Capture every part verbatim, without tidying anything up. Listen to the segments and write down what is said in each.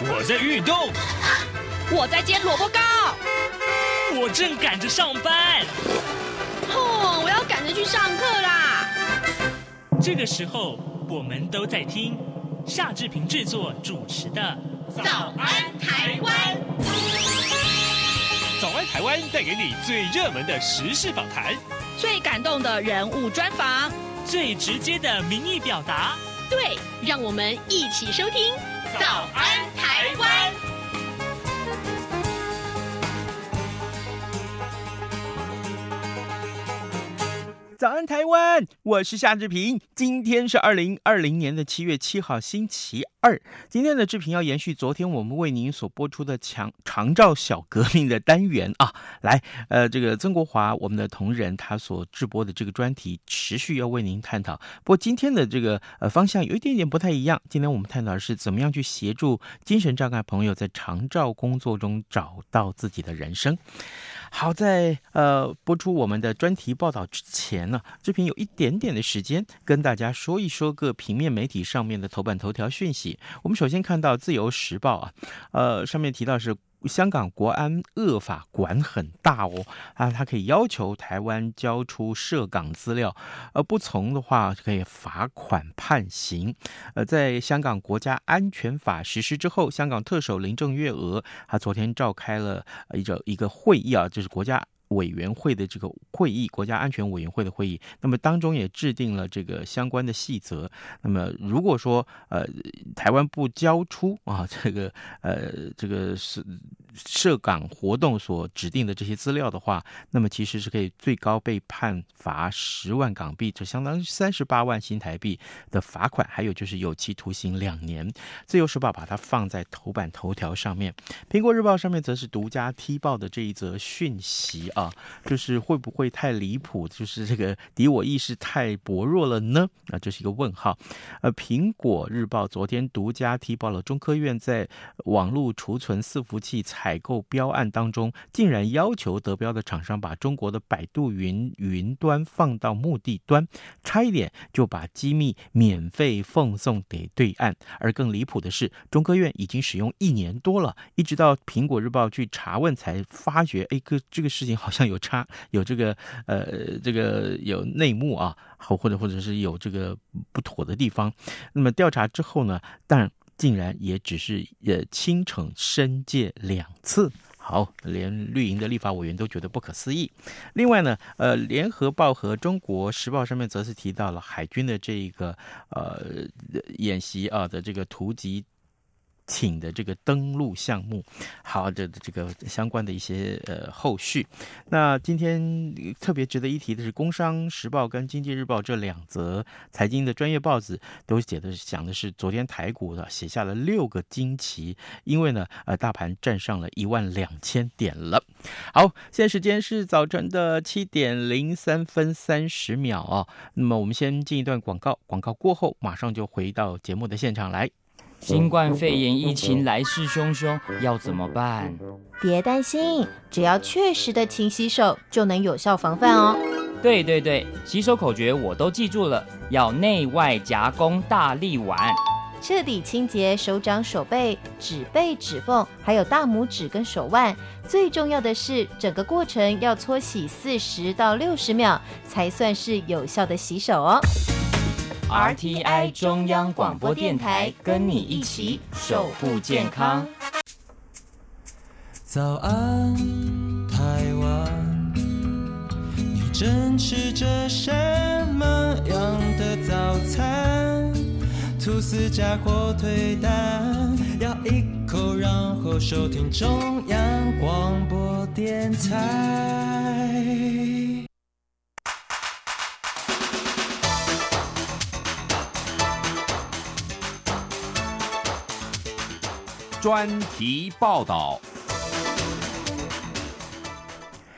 我在运动， 我在煎萝卜糕， 我正赶着上班。 哦，我要赶着去上课啦。 这个时候，我们都在听夏志平制作主持的《 早安台湾》。 早安台湾带给你最热门的时事访谈， 最感动的人物专访， 最直接的民意表达。 对，让我们一起收听《早安台湾》。 早安台湾，我是夏志平。今天是二零二零年的七月七号，星期二。今天的志平要延续昨天我们为您所播出的长长照小革命的单元啊，来，呃，这个曾国华我们的同仁他所制播的这个专题，持续要为您探讨。不过今天的这个呃方向有一点点不太一样。今天我们探讨的是怎么样去协助精神障碍朋友在长照工作中找到自己的人生。好，在呃播出我们的专题报道之前呢，志平有一点点的时间跟大家说一说各平面媒体上面的头版头条讯息。我们首先看到《自由时报》啊，呃，上面提到是香港国安恶法管很大哦，啊，它可以要求台湾交出涉港资料，而不从的话可以罚款判刑。呃，在香港国家安全法实施之后，香港特首林郑月娥他昨天召开了一个一个会议啊，就是国家委员会的这个会议，国家安全委员会的会议，那么当中也制定了这个相关的细则。那么如果说呃台湾不交出啊这个呃这个是涉港活动所指定的这些资料的话，那么其实是可以最高被判罚十万港币，这相当于三十八万新台币的罚款，还有就是有期徒刑两年。自由时报把它放在头版头条上面，苹果日报上面则是独家踢爆的这一则讯息啊。就是会不会太离谱，就是这个敌我意识太薄弱了呢？啊，这是一个问号。呃，苹果日报昨天独家踢爆了中科院在网络储存伺服器采购标案当中，竟然要求得标的厂商把中国的百度云云端放到目的端，差一点就把机密免费奉送给对岸。而更离谱的是，中科院已经使用一年多了，一直到苹果日报去查问才发觉，哎，这个事情好像有差，有这个呃，这个有内幕啊，或者或者是有这个不妥的地方。那么调查之后呢，但竟然也只是呃轻惩申诫两次。好，连绿营的立法委员都觉得不可思议。另外呢，呃，联合报和中国时报上面则是提到了海军的这个呃演习啊的这个突击艇的这个登陆项目，好的这个相关的一些呃后续。那今天特别值得一提的是，《工商时报》跟《经济日报》这两则财经的专业报纸都写的讲的是，昨天台股的写下了六个惊奇，因为呢，呃，大盘站上了一万两千点了。好，现在时间是早晨的七点零三分三十秒啊。那么我们先进一段广告，广告过后马上就回到节目的现场来。 新冠肺炎疫情来势汹汹，要怎么办？ 别担心，只要确实的勤洗手，就能有效防范哦。 对对对，洗手口诀我都记住了，要内外夹攻大力丸， 彻底清洁手掌、手背、指背、指缝，还有大拇指跟手腕。最重要的是，整个过程要搓洗四十到六十秒，才算是有效的洗手哦。 R T I 中央广播电台，跟你一起守护健康。 早安，台湾，你正吃着什么样的早餐？吐司加火腿蛋，咬一口，然后收听中央广播电台。 专题报道。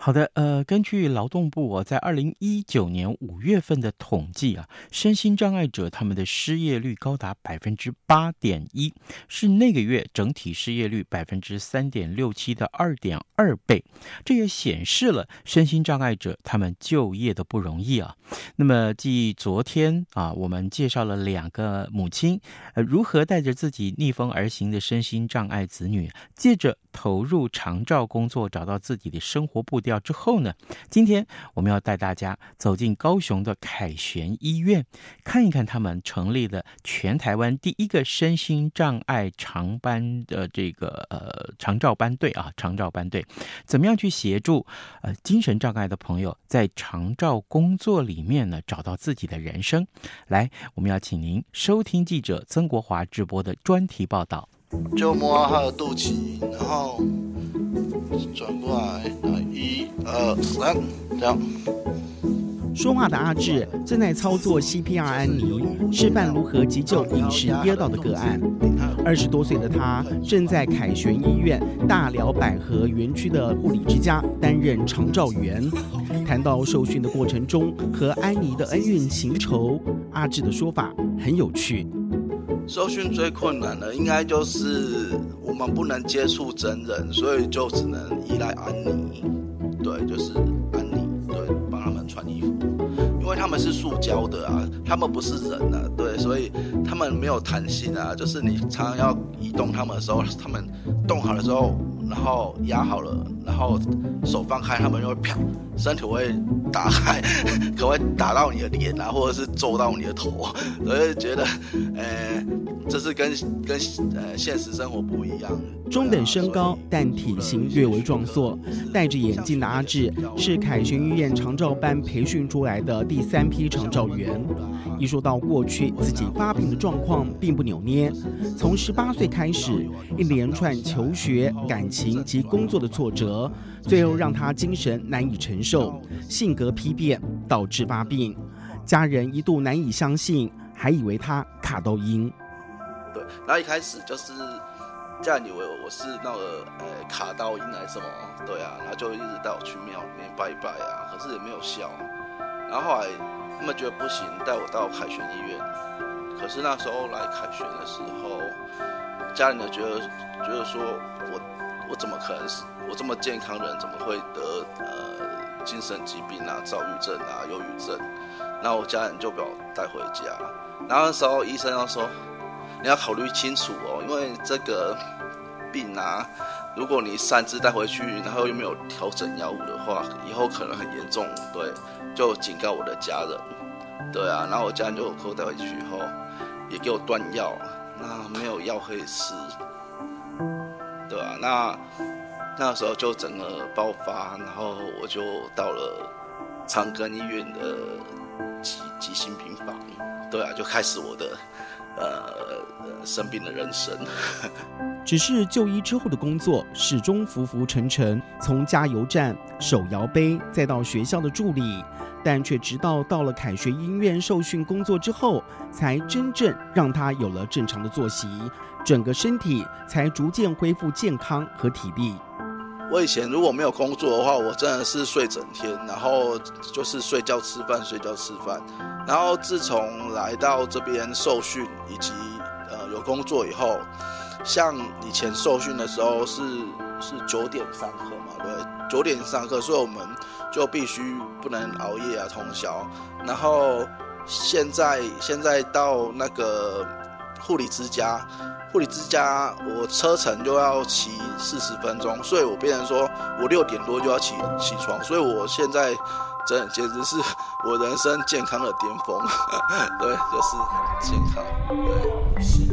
好的，呃，根据劳动部哦，在二零一九年五月份的统计啊，身心障碍者他们的失业率高达百分之八点一，是那个月整体失业率百分之三点六七的二点二倍。这也显示了身心障碍者他们就业的不容易啊。那么，继昨天啊，我们介绍了两个母亲，呃，如何带着自己逆风而行的身心障碍子女，借着投入长照工作，找到自己的生活步调之后呢，今天我们要带大家走进高雄的凯旋医院，看一看他们成立的全台湾第一个身心障碍长班的这个呃长照班队啊，长照班队怎么样去协助呃精神障碍的朋友在长照工作里面呢找到自己的人生。来，我们要请您收听记者曾国华直播的专题报道。 就摸他的肚脐，然后转过来，一二三，这样。 说话的阿志正在操作 C P R 安妮，示范如何急救饮食噎到的个案。二十多岁的他正在凯旋医院大寮百合园区的护理之家担任长照员。谈到受训的过程中和安妮的恩怨情仇，阿志的说法很有趣。 受训最困难的应该就是我们不能接触真人，所以就只能依赖安妮。对，就是安妮，对，帮他们穿衣服，因为他们是塑胶的啊，他们不是人啊，对，所以他们没有弹性啊，就是你常常要移动他们的时候，他们动好的时候，然后压好了，然后手放开，他们就会啪，身体会打开，可能会打到你的脸啊，或者是揍到你的头，所以觉得，呃，这是跟跟呃现实生活不一样。 中等身高，但体型略为壮硕，戴着眼镜的阿志是凯旋医院长照班培训出来的第三批长照员。一说到过去自己发病的状况并不扭捏，从十八岁开始，一连串求学、感情及工作的挫折，最后让他精神难以承受，性格批变，导致发病。家人一度难以相信，还以为他卡到阴。 对，然后一开始就是家人以为我是那个呃卡到阴还是什么，对啊，然后就一直带我去庙里面拜拜啊，可是也没有效。然后后来他们觉得不行，带我到凯旋医院。可是那时候来凯旋的时候，家人呢觉得觉得说我我怎么可能是我这么健康的人，怎么会得呃精神疾病啊、躁郁症啊、忧郁症？然后我家人就把我带回家，然后那时候医生要说你要考虑清楚哦，因为这个病啊，如果你擅自带回去，然后又没有调整药物的话，以后可能很严重。对，就警告我的家人。对啊，然后我家人就给我带回去以后，也给我断药，那没有药可以吃。对啊，那那时候就整个爆发，然后我就到了长庚医院的急急性病房。对啊，就开始我的呃生病的人生。 只是就医之后的工作始终浮浮沉沉，从加油站、手摇杯，再到学校的助理，但却直到到了凯旋医院受训工作之后，才真正让他有了正常的作息，整个身体才逐渐恢复健康和体力。 我以前如果没有工作的话，我真的是睡整天，然后就是睡觉吃饭，睡觉吃饭。然后自从来到这边受训以及呃有工作以后，像以前受训的时候是是九点上课嘛，对，九点上课，所以我们就必须不能熬夜啊，通宵。然后现在现在到那个护理之家。护理之家，我车程就要骑四十分钟，所以我变成说我六点多就要起起床，所以我现在真的简直是我人生健康的巅峰，对，就是健康，对，是。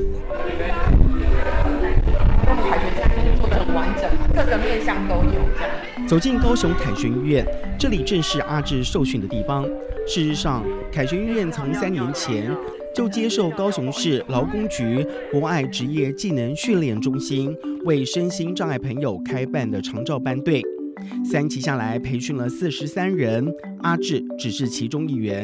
凯旋家就是做得很完整，各个面向都有这样。 走进高雄凯旋医院，这里正是阿志受训的地方。事实上，凯旋医院从三年前就接受高雄市劳工局博爱职业技能训练中心为身心障碍朋友开办的长照班队，三期下来培训了四十三人，阿志只是其中一员。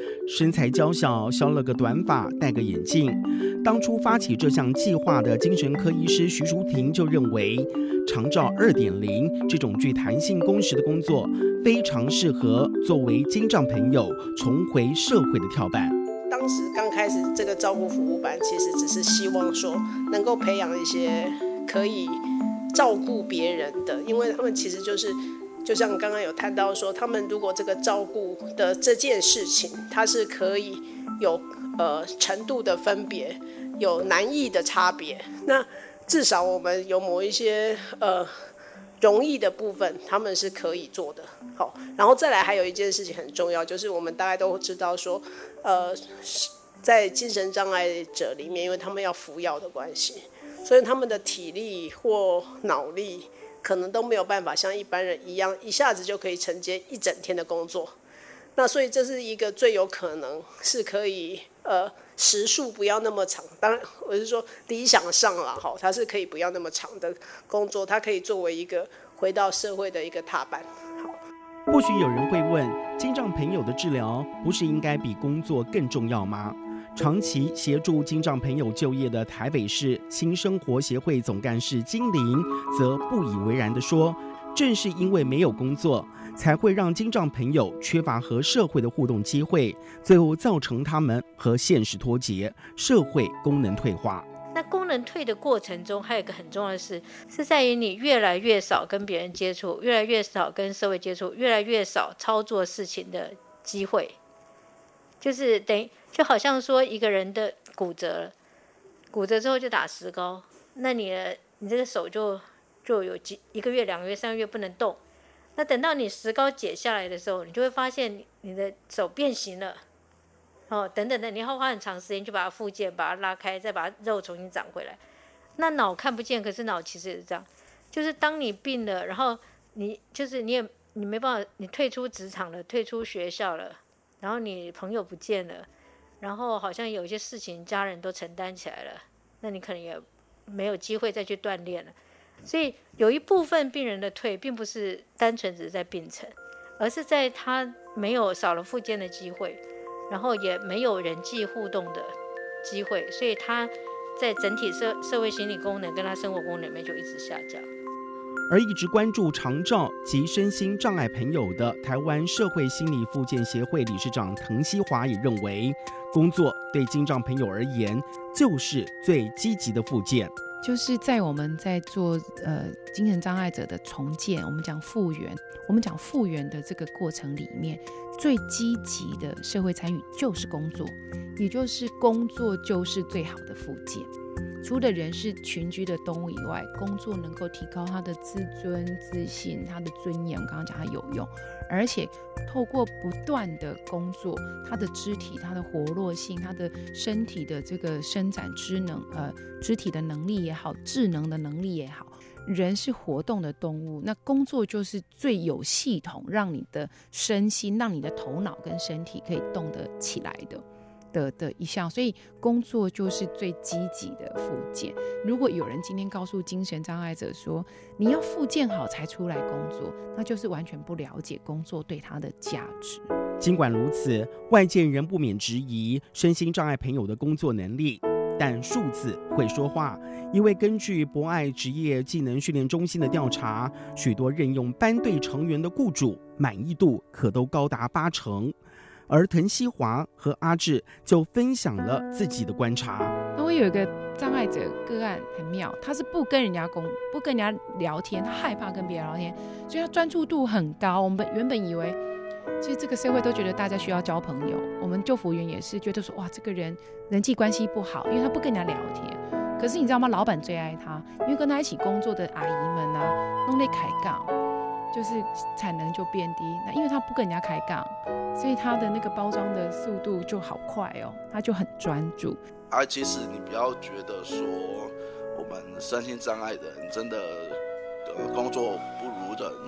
身材娇小，削了个短发，戴个眼镜。当初发起这项计划的精神科医师徐淑婷就认为，长照 二点零 这种具弹性工时的工作，非常适合作为精障朋友重回社会的跳板。 当时刚开始这个照顾服务班，其实只是希望说能够培养一些可以照顾别人的，因为他们其实就是就像刚刚有谈到说，他们如果这个照顾的这件事情，它是可以有呃程度的分别，有难易的差别，那至少我们有某一些呃容易的部分，他们是可以做的。好，然后再来还有一件事情很重要，就是我们大概都知道说，呃，在精神障碍者里面，因为他们要服药的关系，所以他们的体力或脑力可能都没有办法像一般人一样，一下子就可以承接一整天的工作。那所以这是一个最有可能是可以呃时数不要那么长，当然我是说理想上啦，哈，它是可以不要那么长的工作，它可以作为一个回到社会的一个踏板。 或许有人会问，精障朋友的治疗不是应该比工作更重要吗？长期协助精障朋友就业的台北市新生活协会总干事金玲则不以为然地说，正是因为没有工作，才会让精障朋友缺乏和社会的互动机会，最后造成他们和现实脱节，社会功能退化。 那功能退的过程中，还有一个很重要的事，是在于你越来越少跟别人接触，越来越少跟社会接触，越来越少操作事情的机会。就是等于就好像说一个人的骨折了，骨折之后就打石膏，那你的你这个手就就有几一个月、两个月、三个月不能动。那等到你石膏解下来的时候，你就会发现你的手变形了，哦，等等的，你要花很长时间去把它复健，把它拉开，再把肉重新长回来。那脑看不见，可是脑其实也是这样，就是当你病了，然后你就是你也你没办法，你退出职场了，退出学校了，然后你朋友不见了，然后好像有些事情家人都承担起来了，那你可能也没有机会再去锻炼了。所以有一部分病人的退，并不是单纯只是在病程，而是在他没有少了复健的机会，然后也没有人际互动的机会，所以他在整体社社会心理功能跟他生活功能里面就一直下降。 而一直关注长照及身心障碍朋友的台湾社会心理复健协会理事长滕希华也认为，工作对精障朋友而言就是最积极的复健。 就是在我们在做呃精神障碍者的重建，我们讲复原，我们讲复原的这个过程里面，最积极的社会参与就是工作，也就是工作就是最好的复健。除了人是群居的动物以外，工作能够提高他的自尊、自信、他的尊严。我刚刚讲他有用，而且透过不断的工作，他的肢体、他的活络性、他的身体的这个伸展肢能，呃，肢体的能力也好，智能的能力也好，人是活动的动物，那工作就是最有系统，让你的身心、让你的头脑跟身体可以动得起来的。的, 的一项，所以工作就是最积极的复健。如果有人今天告诉精神障碍者说你要复健好才出来工作，那就是完全不了解工作对他的价值。 尽管如此，外界仍不免质疑身心障碍朋友的工作能力，但数字会说话，因为根据博爱职业技能训练中心的调查，许多任用班队成员的雇主满意度可都高达八成。而滕希华和阿志就分享了自己的观察。 那我有一个障碍者个案很妙，他是不跟人家工不跟人家聊天，他害怕跟别人聊天，所以他专注度很高。我们原本以为其实这个社会都觉得大家需要交朋友，我们就服员也是觉得说哇，这个人人际关系不好，因为他不跟人家聊天。可是你知道吗，老板最爱他，因为跟他一起工作的阿姨们啊都在开杠，就是产能就变低。那因为他不跟人家开杠，所以他的那个包装的速度就好快哦，他就很专注。 啊，其实你不要觉得说我们身心障碍的人真的、呃、工作不如人，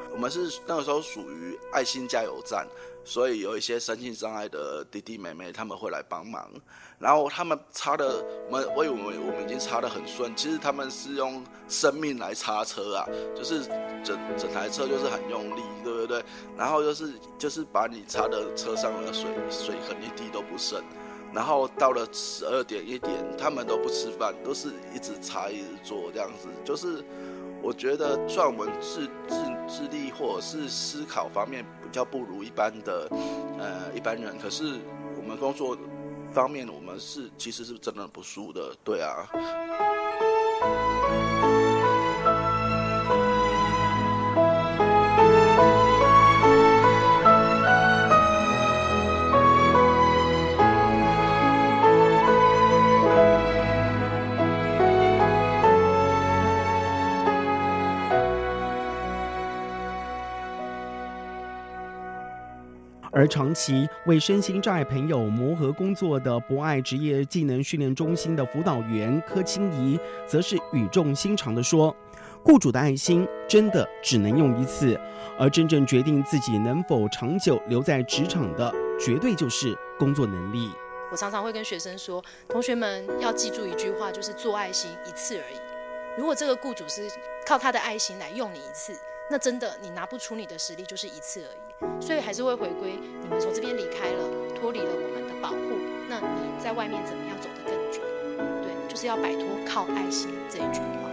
我们是那个时候属于爱心加油站，所以有一些身心障碍的弟弟妹妹他们会来帮忙，然后他们擦的，我们我以为我们已经擦得很顺，其实他们是用生命来擦车啊，就是整整台车就是很用力，对不对？然后就是就是把你擦的车上的水水痕一滴都不剩。然后到了十二点一点，他们都不吃饭，都是一直擦一直做这样子。就是我觉得，虽然我们智智智力或者是思考方面比较不如一般的呃一般人，可是我们工作方面我们是其实是真的不输的，对啊。 而长期为身心障碍朋友磨合工作的博爱职业技能训练中心的辅导员柯清怡，则是语重心长地说，雇主的爱心真的只能用一次，而真正决定自己能否长久留在职场的，绝对就是工作能力。 我常常会跟学生说，同学们要记住一句话，就是做爱心一次而已。如果这个雇主是靠他的爱心来用你一次，那真的你拿不出你的实力，就是一次而已。所以还是会回归你们从这边离开了，脱离了我们的保护，那你在外面怎么样走得更久？对，就是要摆脱靠爱心这一句话。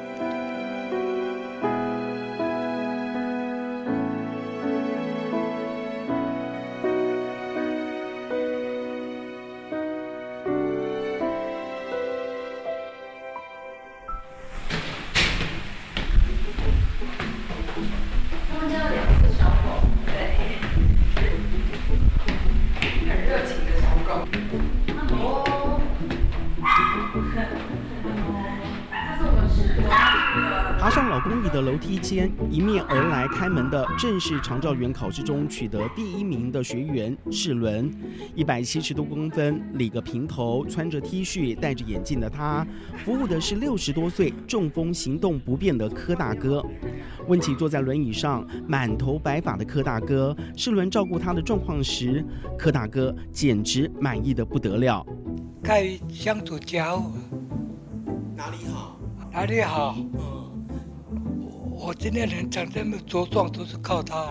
爬上老公寓的楼梯间，迎面而来开门的正是长照员考试中取得第一名的学员世伦。一百七十多公分，理个平头，穿着 T 恤，戴着眼镜的他，服务的是六十多岁中风行动不便的柯大哥。问起坐在轮椅上满头白发的柯大哥，世伦照顾他的状况时，柯大哥简直满意的不得了。 跟他相处家务， 哪里好？ 哪里好？嗯。我今天能长这么茁壮，都是靠他。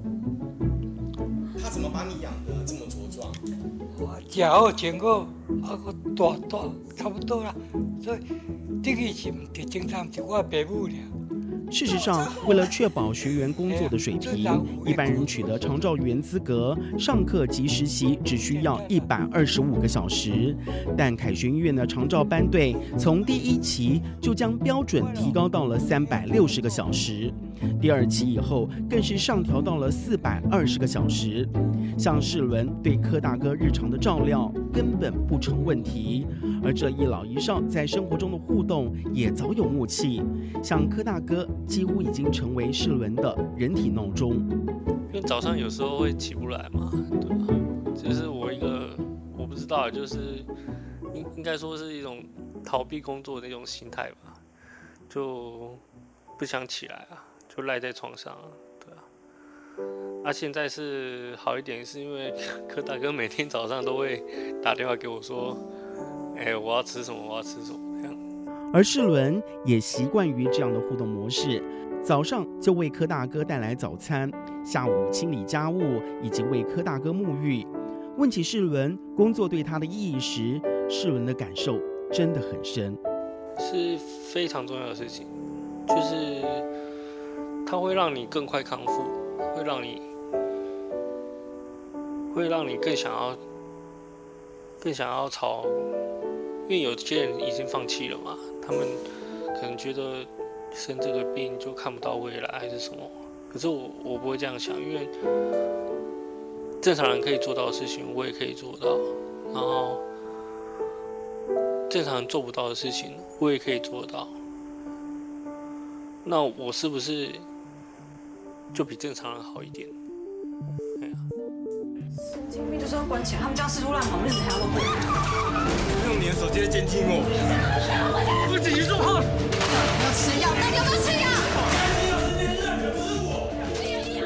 他怎么把你养得这么茁壮？ 脚后前后啊个大大差不多啦，所以这个是唔是经常是我爸母俩。 事实上，为了确保学员工作的水平，一般人取得长照员资格，上课及实习只需要一百二十五个小时。但凯旋医院的长照班队从第一期就将标准提高到了三百六十个小时，第二期以后更是上调到了四百二十个小时。像世伦对柯大哥日常的照料根本不成问题，而这一老一少在生活中的互动也早有默契。像柯大哥几乎已经成为世伦的人体闹钟。 因为早上有时候会起不来嘛，对吧？就是我一个我不知道，就是应应该说是一种逃避工作的那种心态吧，就不想起来啊，就赖在床上啊，对啊。啊，现在是好一点，是因为柯大哥每天早上都会打电话给我说，哎、欸，我要吃什么，我要吃什么这样。 而世伦也习惯于这样的互动模式，早上就为柯大哥带来早餐，下午清理家务以及为柯大哥沐浴。问起世伦工作对他的意义时，世伦的感受真的很深， 是非常重要的事情，就是它会让你更快康复，会让你会让你更想要更想要朝，因为有些人已经放弃了嘛，他们可能觉得生这个病就看不到未来还是什么，可是我我不会这样想，因为正常人可以做到的事情我也可以做到，然后正常人做不到的事情我也可以做到，那我是不是就比正常人好一点？ 神经病就是要关起来，他们家四处乱跑，日子还要过。 用你的手机来监听我。不仅是说话。 要吃药，那你有没有吃药？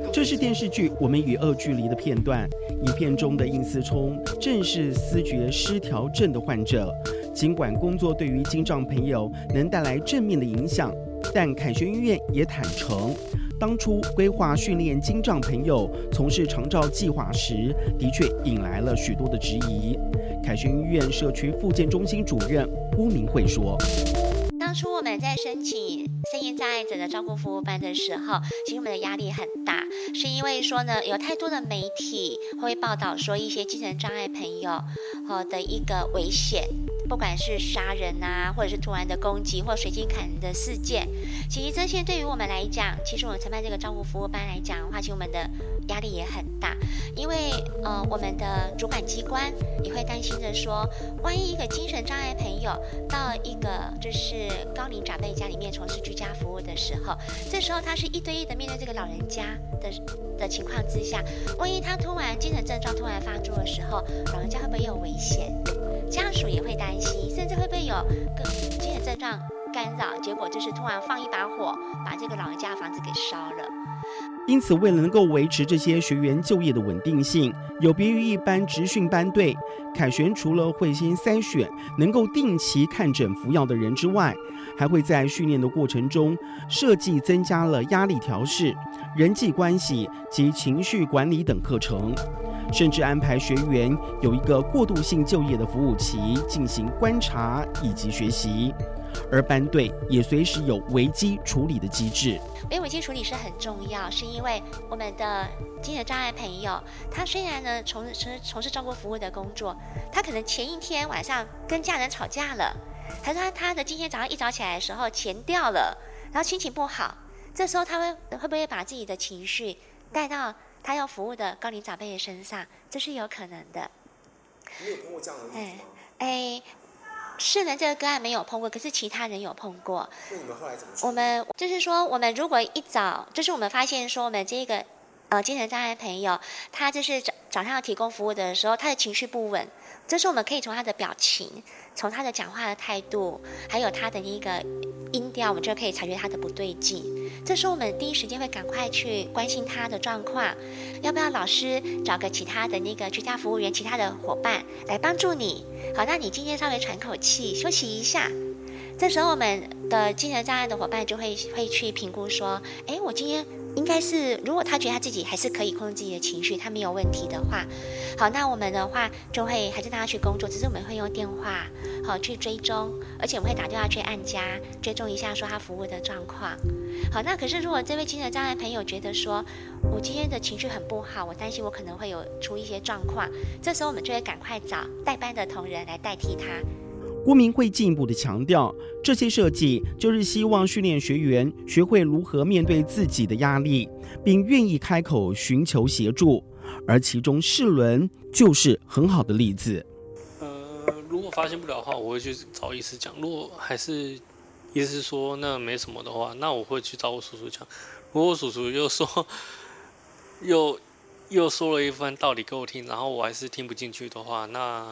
这是电视剧《我们与恶距离》的片段。影片中的应思聪正是思觉失调症的患者。尽管工作对于精障朋友能带来正面的影响，但凯旋医院也坦诚，当初规划训练精障朋友从事长照计划时，的确引来了许多的质疑。凯旋医院社区复健中心主任郭明慧说， 当初我们在申请身心障碍者的照顾服务班的时候，其实我们的压力很大，是因为说呢，有太多的媒体会报道说一些精神障碍朋友呃的一个危险，不管是杀人啊，或者是突然的攻击或随机砍人的事件。其实这些对于我们来讲，其实我们承办这个照顾服务班来讲的话，其实我们的压力也很大，因为呃我们的主管机关也会担心着说，万一一个精神障碍朋友到一个就是高龄长辈家里面从事居家服务的时候，这时候他是一对一的面对这个老人家的的情况之下，万一他突然精神症状突然发作的时候，老人家会不会有危险？家属也会担心，甚至会不会有个精神症状干扰，结果就是突然放一把火，把这个老人家的房子给烧了。 因此，为了能够维持这些学员就业的稳定性，有别于一般职训班队，凯旋除了会先筛选能够定期看诊服药的人之外，还会在训练的过程中设计增加了压力调试、人际关系及情绪管理等课程，甚至安排学员有一个过渡性就业的服务期进行观察以及学习。而班队也随时有危机处理的机制。 因为危机处理是很重要，是因为我们的精神障碍朋友，他虽然呢从事从事照顾服务的工作，他可能前一天晚上跟家人吵架了，还是他他的今天早上一早起来的时候钱掉了，然后心情不好，这时候他会会不会把自己的情绪带到他要服务的高龄长辈的身上？这是有可能的。 你有碰过这样的例子吗？ 哎。世人这个个案没有碰过，可是其他人有碰过。 那你们后来怎么处理？ 我们就是说，我们如果一早，就是我们发现说，我们这个呃精神障碍朋友，他就是早早上要提供服务的时候，他的情绪不稳，这时候我们可以从他的表情、从他的讲话的态度，还有他的那个音调，我们就可以察觉他的不对劲。这时候我们第一时间会赶快去关心他的状况，要不要老师找个其他的那个居家服务员、其他的伙伴来帮助你？好，那你今天稍微喘口气，休息一下。这时候我们的精神障碍的伙伴就会会去评估说，哎，我今天应该是，如果他觉得他自己还是可以控制自己的情绪，他没有问题的话，好，那我们的话就会还是让他去工作，只是我们会用电话好去追踪，而且我们会打电话去按家追踪一下说他服务的状况。好，那可是如果这位精神障碍朋友觉得说，我今天的情绪很不好，我担心我可能会有出一些状况，这时候我们就会赶快找代班的同仁来代替他。 郭明慧进一步的强调，这些设计就是希望训练学员学会如何面对自己的压力，并愿意开口寻求协助，而其中世伦就是很好的例子。 呃，如果发现不了的话，我会去找医师讲；如果还是医师说那没什么的话，那我会去找我叔叔讲。如果我叔叔又说又又说了一番道理给我听，然后我还是听不进去的话，那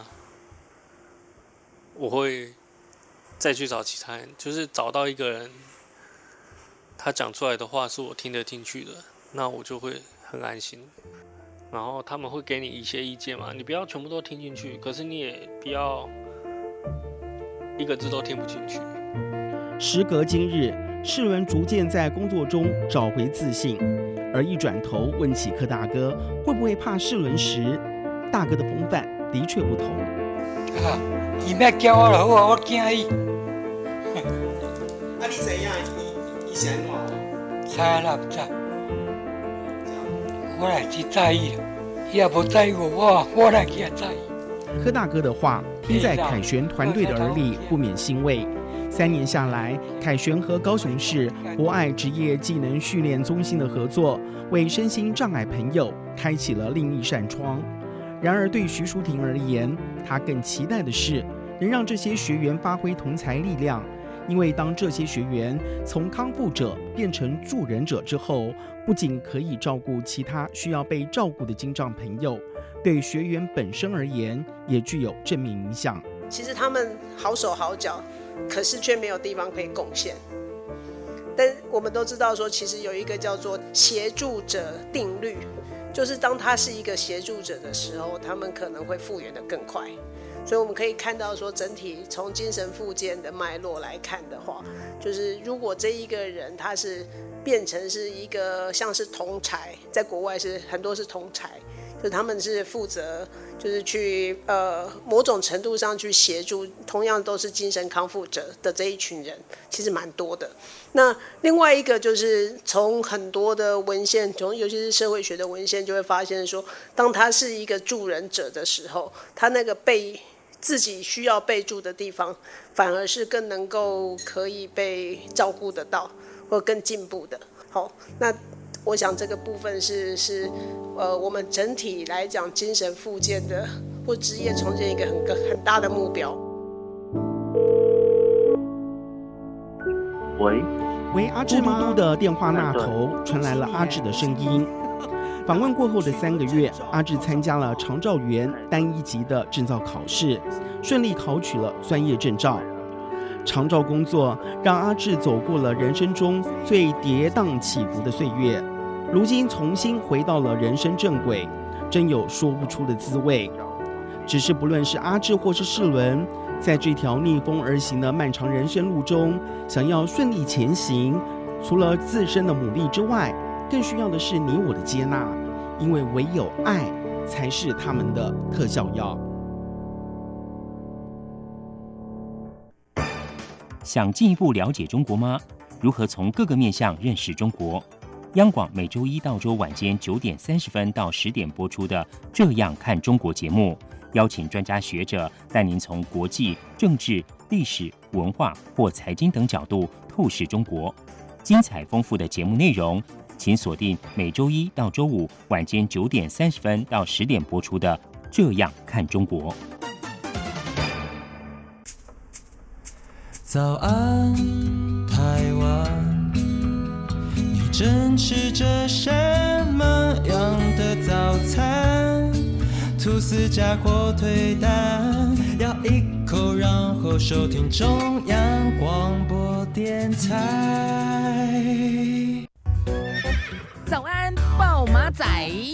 我会再去找其他人，就是找到一个人，他讲出来的话是我听得进去的，那我就会很安心。然后他们会给你一些意见嘛，你不要全部都听进去，可是你也不要一个字都听不进去。 时隔今日，世伦逐渐在工作中找回自信，而一转头问起柯大哥会不会怕世伦时，大哥的风范的确不同。 啊，伊莫叫我就好啊，我惊伊。 啊，你知影伊伊是安怎？ 知啦，不知。我也是在意啦，伊也无在意我，我我哪去也在意。 柯大哥的话听在凯旋团队的耳里，不免欣慰。三年下来，凯旋和高雄市博爱职业技能训练中心的合作，为身心障碍朋友开启了另一扇窗。然而，对徐淑婷而言，她更期待的是能让这些学员发挥同才力量，因为当这些学员从康复者变成助人者之后，不仅可以照顾其他需要被照顾的精障朋友，对学员本身而言也具有正面影响。 其实他们好手好脚，可是却没有地方可以贡献。 但我们都知道说，其实有一个叫做协助者定律，就是当他是一个协助者的时候，他们可能会复原得更快。所以我们可以看到说，整体从精神复健的脉络来看的话，就是如果这一个人他是变成是一个像是同儕，在国外是很多是同儕，就是他们是负责就是去呃某种程度上去协助同样都是精神康复者的这一群人，其实蛮多的。那另外一个就是从很多的文献，从尤其是社会学的文献就会发现说，当他是一个助人者的时候，他那个被自己需要被助的地方，反而是更能够可以被照顾得到，或更进步的。好，那我想这个部分是是呃我们整体来讲精神复健的或职业重建一个很很大的目标。 喂喂，阿志吗？嘟嘟的电话那头传来了阿志的声音。访问过后的三个月，阿志参加了长照员单一级的证照考试，顺利考取了专业证照。长照工作让阿志走过了人生中最跌宕起伏的岁月，如今重新回到了人生正轨，真有说不出的滋味。只是不论是阿志或是世伦，在这条逆风而行的漫长人生路中，想要顺利前行，除了自身的努力之外，更需要的是你我的接纳，因为唯有爱才是他们的特效药。 想进一步了解中国吗？如何从各个面向认识中国？央广每周一到周晚间九点三十分到十点播出的《这样看中国》节目，邀请专家学者带您从国际、政治、历史、文化或财经等角度透视中国。精彩丰富的节目内容，请锁定每周一到周五晚间九点三十分到十点播出的《这样看中国》。 早安，台湾，你正吃着什么样的早餐？吐司加火腿蛋，咬一口，然后收听中央广播电台。 早安，暴马仔。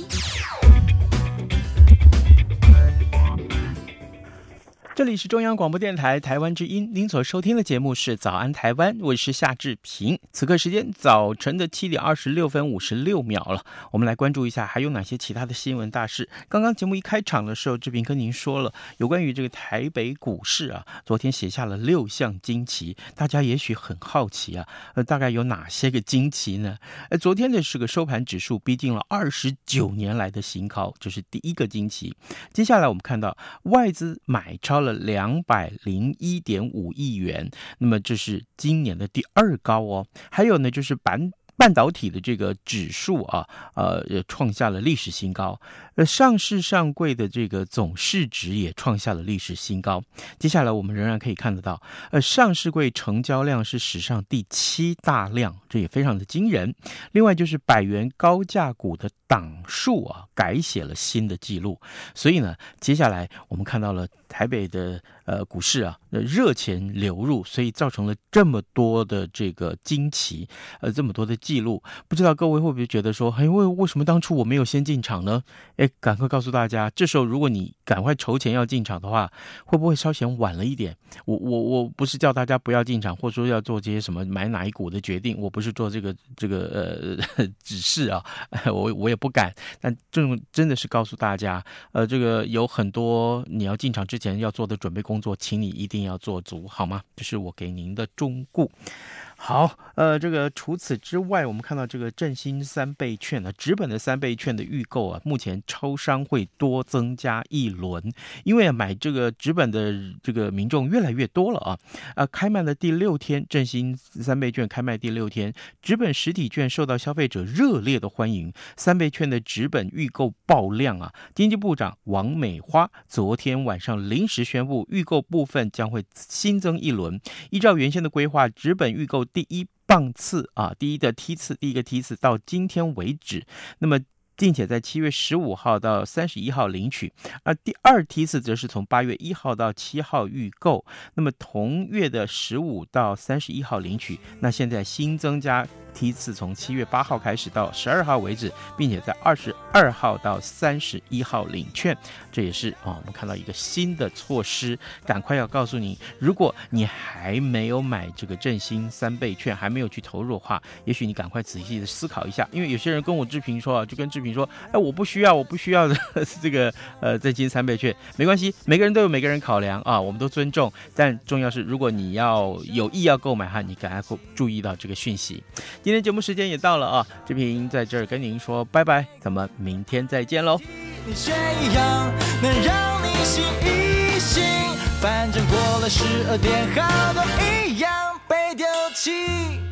这里是中央广播电台台湾之音，您所收听的节目是早安台湾，我是夏志平。此刻时间早晨的七点二十六分五十六秒了，我们来关注一下还有哪些其他的新闻大事。刚刚节目一开场的时候，志平跟您说了有关于这个台北股市啊，昨天写下了六项惊奇，大家也许很好奇啊，呃，大概有哪些个惊奇呢？呃，昨天的是个收盘指数逼近了二十九年来的新高，这是第一个惊奇。接下来我们看到外资买超了两百零一点五亿元，那么这是今年的第二高哦。还有呢，就是半半导体的这个指数啊，呃，也创下了历史新高。呃，上市上柜的这个总市值也创下了历史新高。接下来我们仍然可以看得到，呃，上市柜成交量是史上第七大量，这也非常的惊人。另外就是百元高价股的档数啊，改写了新的纪录。所以呢，接下来我们看到了台北的呃股市啊，热钱流入，所以造成了这么多的这个惊奇，呃，这么多的记录。不知道各位会不会觉得说，哎，为为什么当初我没有先进场呢？哎，赶快告诉大家，这时候如果你赶快筹钱要进场的话，会不会稍显晚了一点？我我我不是叫大家不要进场，或者说要做这些什么买哪一股的决定，我不是做这个这个呃指示啊，我我也不敢。但这种真的是告诉大家，呃，这个有很多你要进场之前要做的准备工作，请你一定要做足，好吗？这是我给您的忠告。好，呃，这个除此之外，我们看到这个振兴三倍券呢，纸本的三倍券的预购啊，目前超商会多增加一轮，因为买这个纸本的这个民众越来越多了啊。呃，开卖的第六天，振兴三倍券开卖第六天，纸本实体券受到消费者热烈的欢迎，三倍券的纸本预购爆量啊。经济部长王美花昨天晚上临时宣布，预购部分将会新增一轮，依照原先的规划，纸本预购第一棒次啊，第一的梯次，第一个梯次到今天为止，那么并且在七月十五号到三十一号领取。而第二梯次则是从八月一号到七号预购，那么同月的十五到三十一号领取。那现在新增加梯次，从七月八号开始到十二号为止，并且在二十二号到三十一号领券。这也是啊、哦，我们看到一个新的措施，赶快要告诉你，如果你还没有买这个振兴三倍券，还没有去投入的话，也许你赶快仔细的思考一下，因为有些人跟我志平说啊，就跟志平说，哎，我不需要，我不需要的这个呃振兴三倍券，没关系，每个人都有每个人考量啊，我们都尊重，但重要是，如果你要有意要购买哈，你赶快注意到这个讯息。今天节目时间也到了啊，志平在这儿跟您说拜拜，咱们明天再见喽。 这样能让你醒一醒，反正过了十二点，好多一样被丢弃。